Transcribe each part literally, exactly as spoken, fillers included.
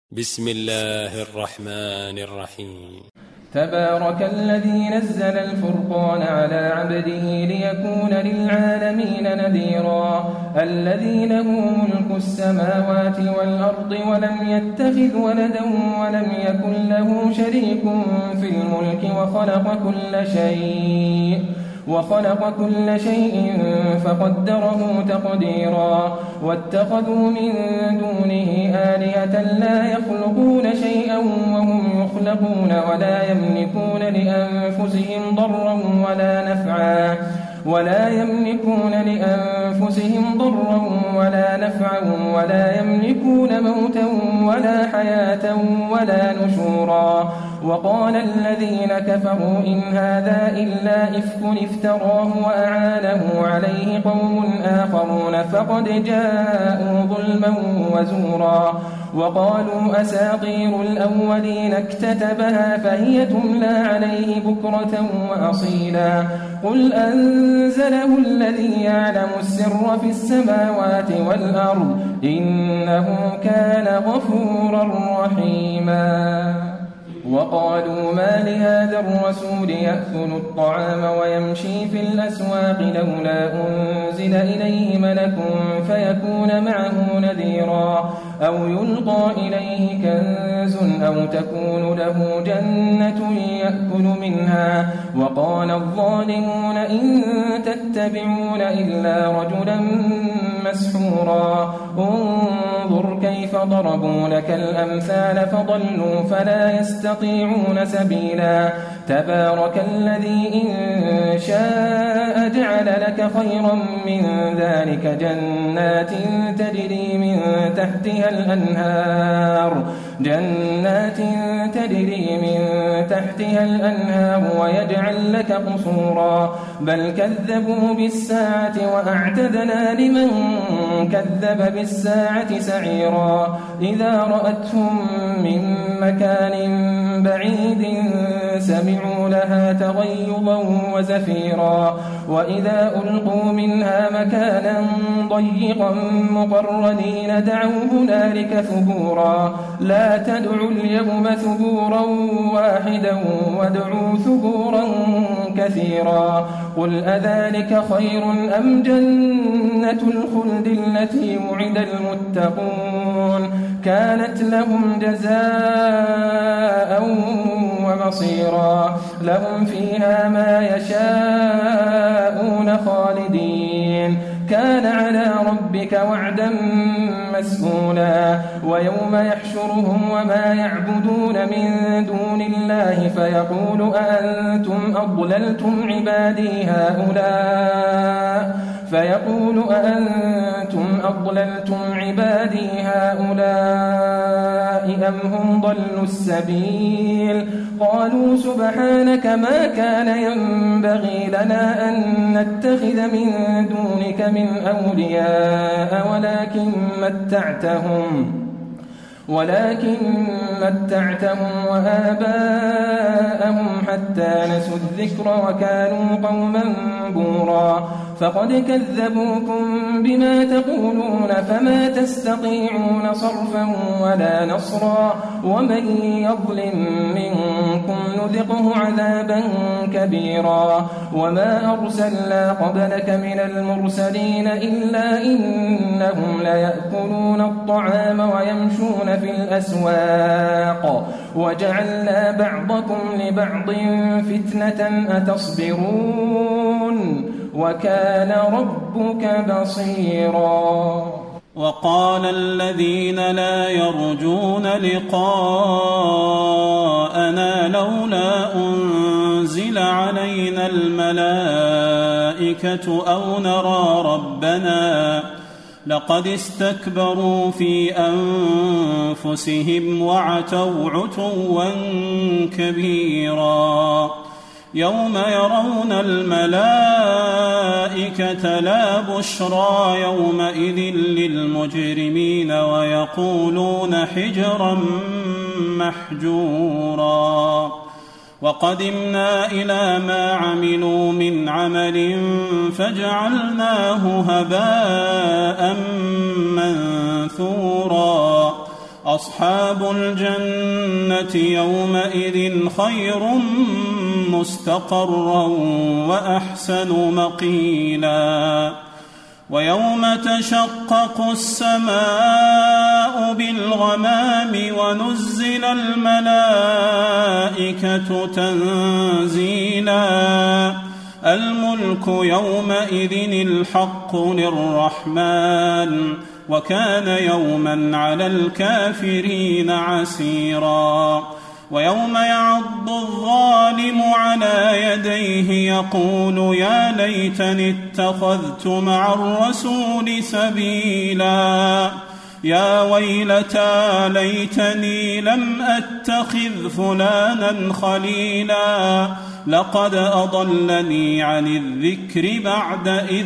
بسم الله الرحمن الرحيم. تبارك الذي نزل الفرقان على عبده ليكون للعالمين نذيرا الذي له ملك السماوات والأرض ولم يتخذ ولدا ولم يكن له شريك في الملك وخلق كل شيء وخلق كل شيء فقدره تقديرا واتخذوا من دونه آلهة لا يخلقون شيئا وهم يخلقون ولا يملكون لأنفسهم ضرا ولا نفعا ولا يملكون لأنفسهم ضرا ولا نفعا ولا يملكون موتا ولا حياة ولا نشورا وقال الذين كفروا إن هذا إلا إفك افتراه وأعانه عليه قوم آخرون فقد جاءوا ظلما وزورا وقالوا أساطير الأولين اكتتبها فهي تملى عليه بكرة وأصيلا قل أنزله الذي يعلم السر في السماوات والأرض إنه كان غفورا رحيما وقالوا ما لهذا الرسول يأكل الطعام ويمشي في الأسواق لولا أنزل إليه ملك فيكون معه نذيرا أو يلقى إليه كنز أو تكون له جنة يأكل منها وقال الظالمون إن تتبعون إلا رجلا مسحورا انظر كيف ضربوا لك الأمثال فضلوا فلا يستطيعون سبيلا تبارك الذي إن شاء جعل لك خيرا من ذلك جنات تجري من تحتها الأنهار جنات تجري من تحتها الأنهار ويجعل لك قصورا بل كذبوا بالساعة وأعتدنا لمن كذب بالساعة سعيرا إذا رأتهم من مكان بعيد سمعوا لها تغيظا وزفيرا وإذا ألقوا منها مكانا ضيقا مقرنين دعوا هنالك ثبورا لا تدعوا اليوم ثبورا واحدا وادعوا ثبورا كثيرا قل أذلك خير أم جنة الخلد التي وعد المتقون كانت لهم جزاء ومصيرا لهم فيها ما يشاءون خالدين كان على ربك وعدا مسئولا ويوم يحشرهم وما يعبدون من دون الله فيقول أأنتم أضللتم عبادي هؤلاء فيقول أأنتم أضللتم عبادي هؤلاء أم هم ضلوا السبيل قالوا سبحانك ما كان ينبغي لنا أن نتخذ من دونك من أولياء ولكن متعتهم ولكن متعتهم وآباءهم حتى نسوا الذكر وكانوا قوما بورا فقد كذبوكم بما تقولون فما تستطيعون صرفا ولا نصرا ومن يظلم منكم نذقه عذابا كبيرا وما أرسلنا قبلك من المرسلين إلا إنهم ليأكلون الطعام ويمشون في الأسواق وجعلنا بعضكم لبعض فتنة أتصبرون وكان ربك بصيرا وقال الذين لا يرجون لقاءنا لولا أنزل علينا الملائكة أو نرى ربنا لقد استكبروا في أنفسهم وعتوا عتوا كبيرا يوم يرون الملائكة لا بشرى يومئذ للمجرمين ويقولون حجرا محجورا وقدمنا إلى ما عملوا من عمل فجعلناه هباء منثورا أصحاب الجنة يومئذ خير مستقرا وأحسن مقيلا ويوم تشقق السماء بالغمام ونزل الملائكة تنزيلا الملك يومئذ الحق للرحمن وكان يوما على الكافرين عسيرا ويوم يعض الظالم على يديه يقول يا ليتني اتخذت مع الرسول سبيلا يا ويلتى ليتني لم أتخذ فلانا خليلا لقد أضلني عن الذكر بعد إذ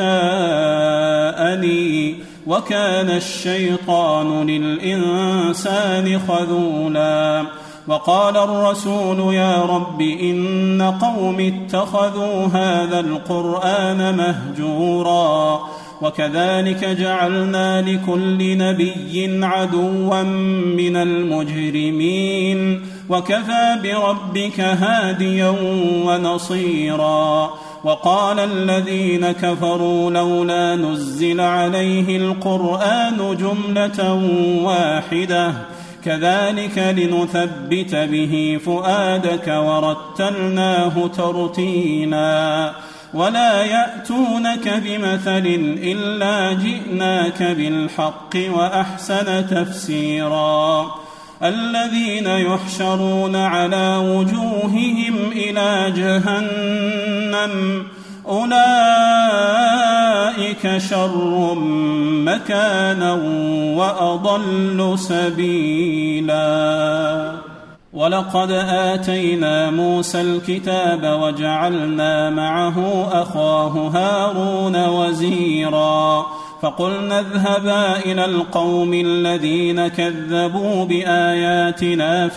جاءني وكان الشيطان للإنسان خذولا وقال الرسول يا رب إن قوم اتخذوا هذا القرآن مهجورا وكذلك جعلنا لكل نبي عدوا من المجرمين وكفى بربك هاديا ونصيرا وقال الذين كفروا لولا نزل عليه القرآن جملة واحدة كذلك لنثبت به فؤادك ورتلناه ترتيلا ولا يأتونك بمثل إلا جئناك بالحق وأحسن تفسيرا الذين يحشرون على وجوههم إلى جهنم أولئك شر مكانا وأضل سبيلا ولقد آتينا موسى الكتاب وجعلنا معه أخاه هارون وزيرا فقلنا اذهبا إلى القوم الذين كذبوا بآياتنا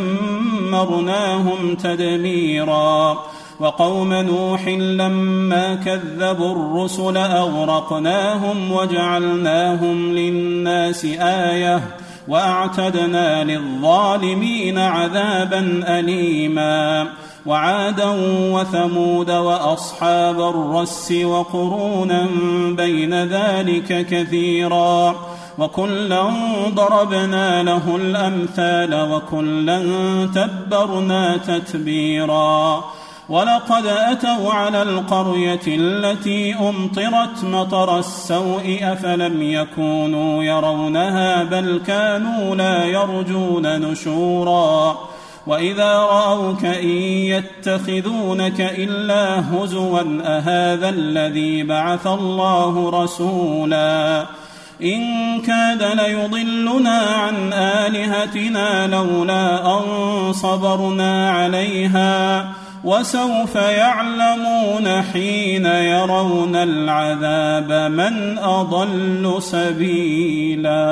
فدمرناهم تدميرا وقوم نوح لما كذبوا الرسل أغرقناهم وجعلناهم للناس آية وأعتدنا للظالمين عذابا أليما وعادا وثمود وأصحاب الرس وقرونا بين ذلك كثيرا وكلا ضربنا له الأمثال وكلا تبرنا تتبيرا ولقد أتوا على القرية التي أمطرت مطر السوء أفلم يكونوا يرونها بل كانوا لا يرجون نشورا وإذا رأوك إن يتخذونك إلا هزوا أهذا الذي بعث الله رسولا إن كاد ليضلنا عن آلهتنا لولا أن صبرنا عليها وسوف يعلمون حين يرون العذاب من أضل سبيلا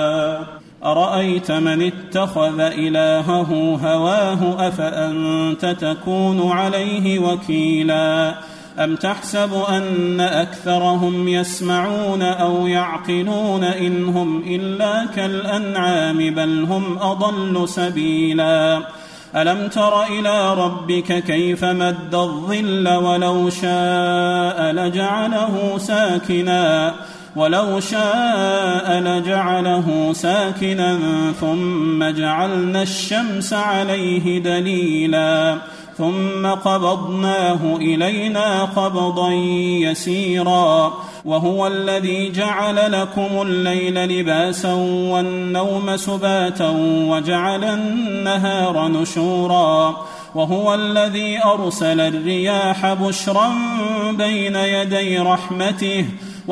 أرأيت من اتخذ إلهه هواه أفأنت تكون عليه وكيلا أم تحسب أن أكثرهم يسمعون أو يعقلون إن هم إلا كالأنعام بل هم أضل سبيلا ألم تر إلى ربك كيف مد الظل ولو شاء لجعله ساكنا ولو شاء لجعله ساكنا ثم جعلنا الشمس عليه دليلا ثم قبضناه إلينا قبضا يسيرا وهو الذي جعل لكم الليل لباسا والنوم سباتا وجعل النهار نشورا وهو الذي أرسل الرياح بشرا بين يدي رحمته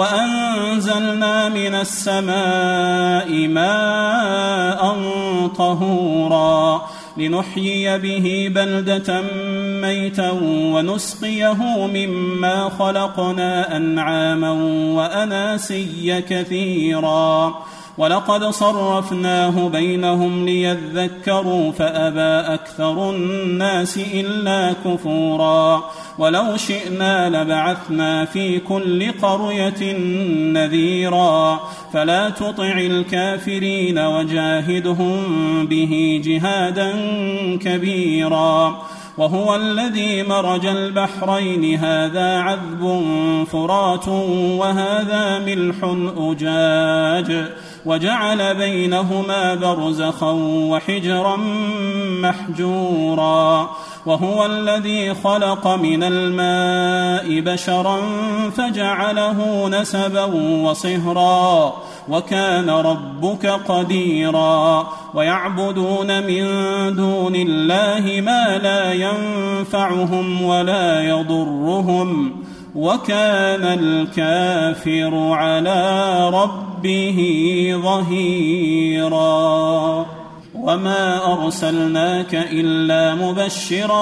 وأنزلنا من السماء ماء طهورا لنحيي به بلدة ميتا ونسقيه مما خلقنا أنعاما وأناسيا كثيرا ولقد صرفناه بينهم ليذكروا فأبى أكثر الناس إلا كفورا ولو شئنا لبعثنا في كل قرية نذيرا فلا تطع الكافرين وجاهدهم به جهادا كبيرا وهو الذي مرج البحرين هذا عذب فرات وهذا ملح أجاج وجعل بينهما برزخا وحجرا محجورا وهو الذي خلق من الماء بشرا فجعله نسبا وصهرا وكان ربك قديرا ويعبدون من دون الله ما لا ينفعهم ولا يضرهم وكان الكافر على ربه ظهيرا وما أرسلناك إلا مبشرا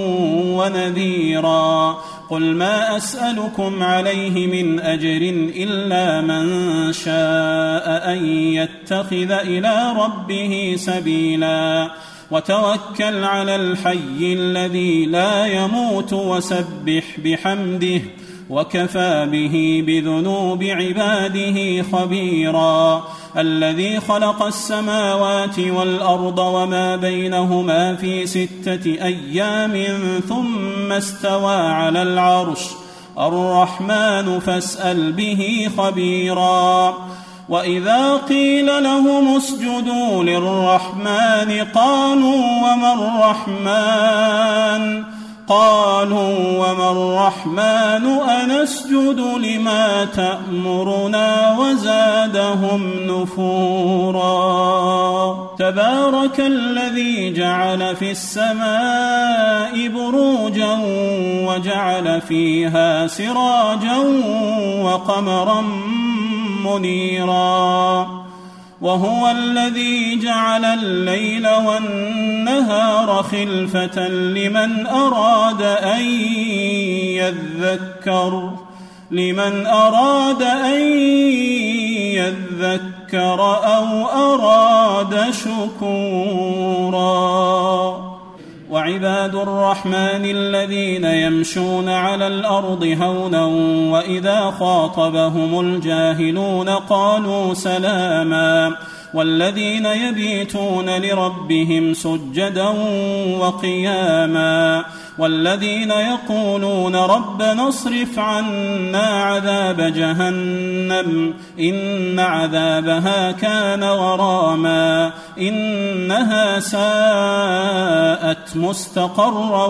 ونذيرا قل ما أسألكم عليه من أجر إلا من شاء أن يتخذ إلى ربه سبيلا وتوكل على الحي الذي لا يموت وسبح بحمده وكفى به بذنوب عباده خبيرا الذي خلق السماوات والأرض وما بينهما في ستة أيام ثم استوى على العرش الرحمن فاسأل به خبيرا وإذا قيل لهم اسجدوا للرحمن قالوا وما الرحمن قالوا وما الرحمن أنسجد لما تأمرنا وزادهم نفورا تبارك الذي جعل في السماء بروجا وجعل فيها سراجا وقمرا منيرا وهو الذي جعل الليل والنهار خلفة لمن أراد أن يذكر لمن أراد أن يذكر أو أراد شكورا وعباد الرحمن الذين يمشون على الأرض هونا وإذا خاطبهم الجاهلون قالوا سلاما والذين يبيتون لربهم سجدا وقياما والذين يقولون ربنا اصرف عنا عذاب جهنم إن عذابها كان غراما إنها ساءت مستقرا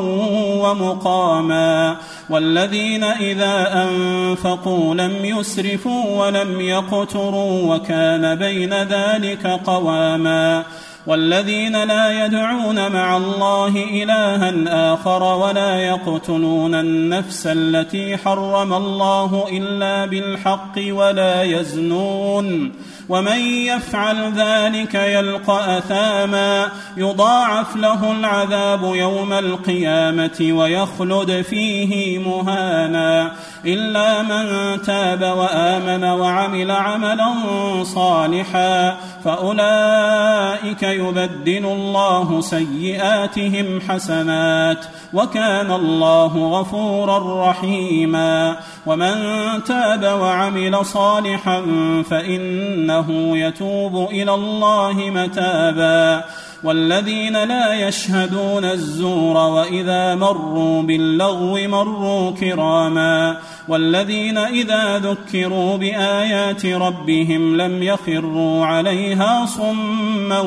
ومقاما والذين إذا أنفقوا لم يسرفوا ولم يقتروا وكان بين ذلك قواما والذين لا يدعون مع الله إلها آخر ولا يقتلون النفس التي حرم الله إلا بالحق ولا يزنون ومن يفعل ذلك يلقى أثاما يضاعف له العذاب يوم القيامة ويخلد فيه مهانا إلا من تاب وآمن وعمل عملا صالحا فأولئك يبدل الله سيئاتهم حسنات وكان الله غفورا رحيما ومن تاب وعمل صالحا فإنه يتوب إلى الله متابا والذين لا يشهدون الزور وإذا مروا باللغو مروا كراما والذين إذا ذكروا بآيات ربهم لم يخروا عليها صما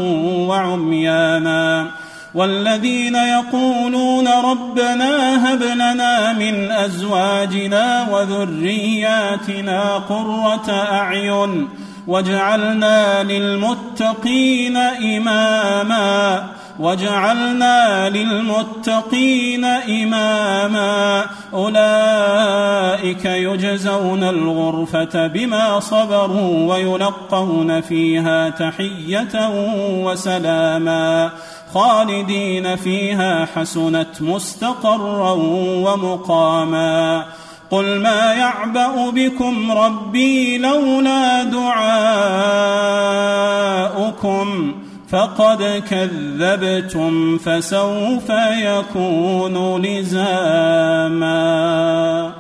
وعميانا والذين يقولون ربنا هب لنا من أزواجنا وذرياتنا قرة أعين واجعلنا للمتقين إماما وجعلنا للمتقين إماما أولئك يجزون الغرفة بما صبروا ويلقون فيها تحية وسلاما خالدين فيها حسنت مستقرا ومقاما قل ما يعبأ بكم ربي لولا دعاؤكم فقد كذبتم فسوف يكون لزاما.